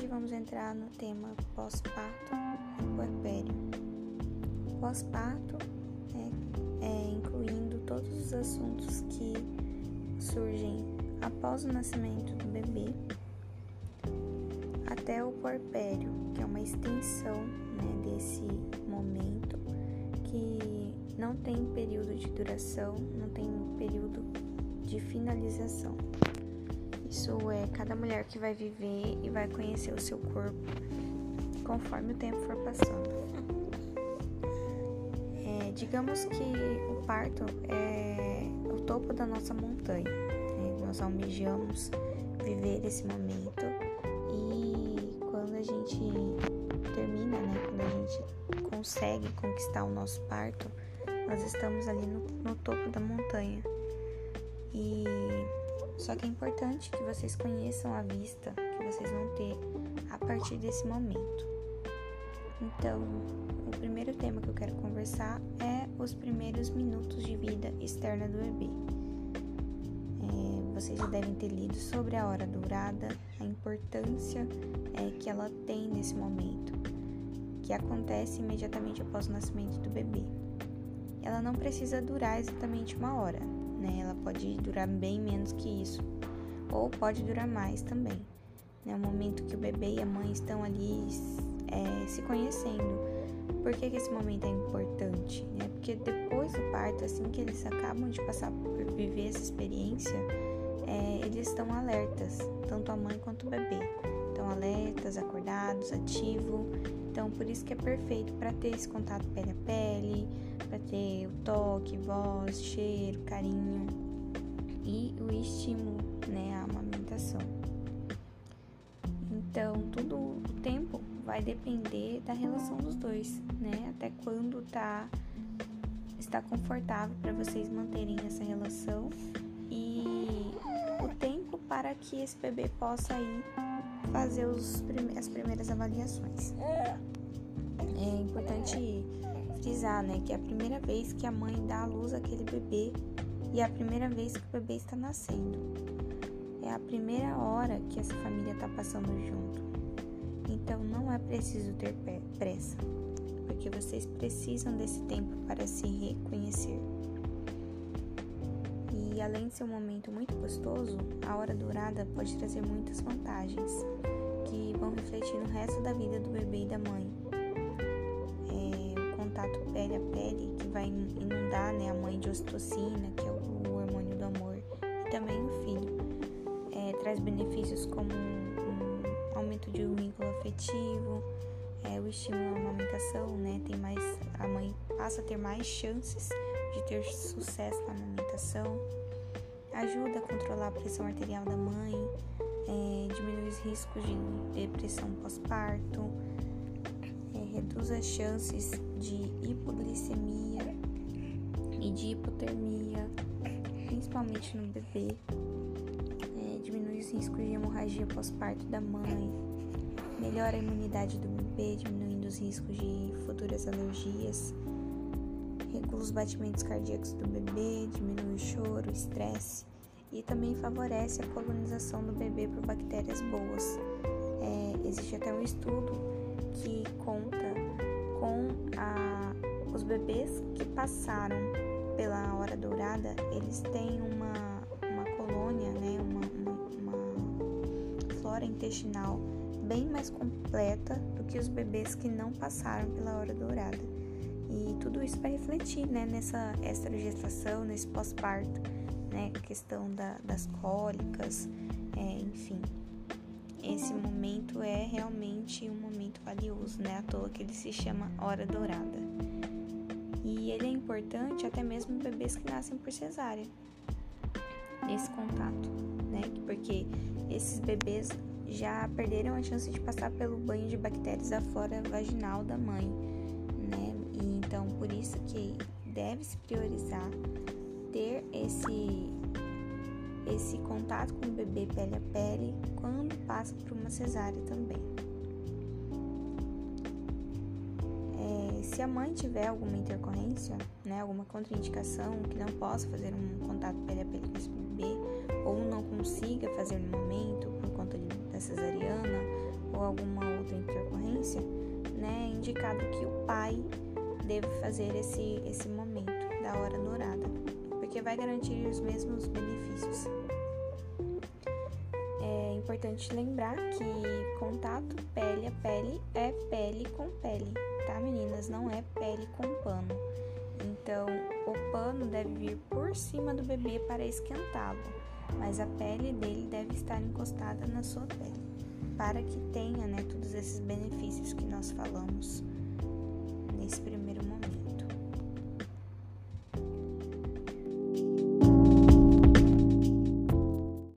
vamos entrar no tema pós-parto e puerpério. Pós-parto incluindo todos os assuntos que surgem após o nascimento do bebê, até o puerpério, que é uma extensão desse momento, que não tem período de duração, não tem período de finalização. Isso é cada mulher que vai viver e vai conhecer o seu corpo conforme o tempo for passando. Digamos que o parto é o topo da nossa montanha. Nós almejamos viver esse momento e quando a gente termina, quando a gente consegue conquistar o nosso parto, nós estamos ali no topo da montanha. Só que é importante que vocês conheçam a vista que vocês vão ter a partir desse momento. Então, o primeiro tema que eu quero conversar é os primeiros minutos de vida externa do bebê. Vocês já devem ter lido sobre a hora dourada, a importância que ela tem nesse momento, que acontece imediatamente após o nascimento do bebê. Ela não precisa durar exatamente 1 hora, ela pode durar bem menos que isso, ou pode durar mais também. É o momento que o bebê e a mãe estão ali se conhecendo. Por que esse momento é importante? Porque depois do parto, assim que eles acabam de passar por viver essa experiência, eles estão alertas, tanto a mãe quanto o bebê. Estão alertas, acordados, ativos. Então, por isso que é perfeito para ter esse contato pele a pele, para ter o toque, voz, cheiro, carinho e o estímulo, a amamentação. Então, todo o tempo vai depender da relação dos dois, até quando está confortável para vocês manterem essa relação e o tempo para que esse bebê possa ir fazer as primeiras avaliações. É importante frisar, que é a primeira vez que a mãe dá à luz àquele bebê e é a primeira vez que o bebê está nascendo. É a primeira hora que essa família está passando junto. Então não é preciso ter pressa, porque vocês precisam desse tempo para se reconhecer. E além de ser um momento muito gostoso, a hora dourada pode trazer muitas vantagens que vão refletir no resto da vida do bebê e da mãe. O contato pele a pele, que vai inundar a mãe de ocitocina, que é o hormônio do amor, e também o filho. Traz benefícios como um aumento de vínculo afetivo, o estímulo à amamentação, a mãe passa a ter mais chances de ter sucesso na amamentação, ajuda a controlar a pressão arterial da mãe, diminui os riscos de depressão pós-parto, reduz as chances de hipoglicemia e de hipotermia, principalmente no bebê, diminui os riscos de hemorragia pós-parto da mãe, melhora a imunidade do bebê, diminuindo os riscos de futuras alergias, regula os batimentos cardíacos do bebê, diminui o choro, o estresse e também favorece a colonização do bebê por bactérias boas. Existe até um estudo que conta com os bebês que passaram pela hora dourada, eles têm uma colônia, uma flora intestinal bem mais completa do que os bebês que não passaram pela hora dourada. E tudo isso vai refletir, nessa extragestação, nesse pós-parto, a questão das cólicas, enfim. Esse momento é realmente um momento valioso, à toa que ele se chama hora dourada. E ele é importante até mesmo em bebês que nascem por cesárea, nesse contato, porque esses bebês já perderam a chance de passar pelo banho de bactérias da flora vaginal da mãe, E então por isso que deve se priorizar ter esse contato com o bebê pele a pele quando passa por uma cesárea também. Se a mãe tiver alguma intercorrência, alguma contraindicação que não possa fazer um contato pele a pele com esse bebê ou não consiga fazer no momento por conta da cesariana ou alguma outra intercorrência, né, é indicado que o pai deve fazer esse momento da hora dourada, porque vai garantir os mesmos benefícios. É importante lembrar que contato pele a pele é pele com pele, tá, meninas? Não é pele com pano. Então, o pano deve vir por cima do bebê para esquentá-lo, mas a pele dele deve estar encostada na sua pele, para que tenha, né, todos esses benefícios que nós falamos nesse primeiro momento.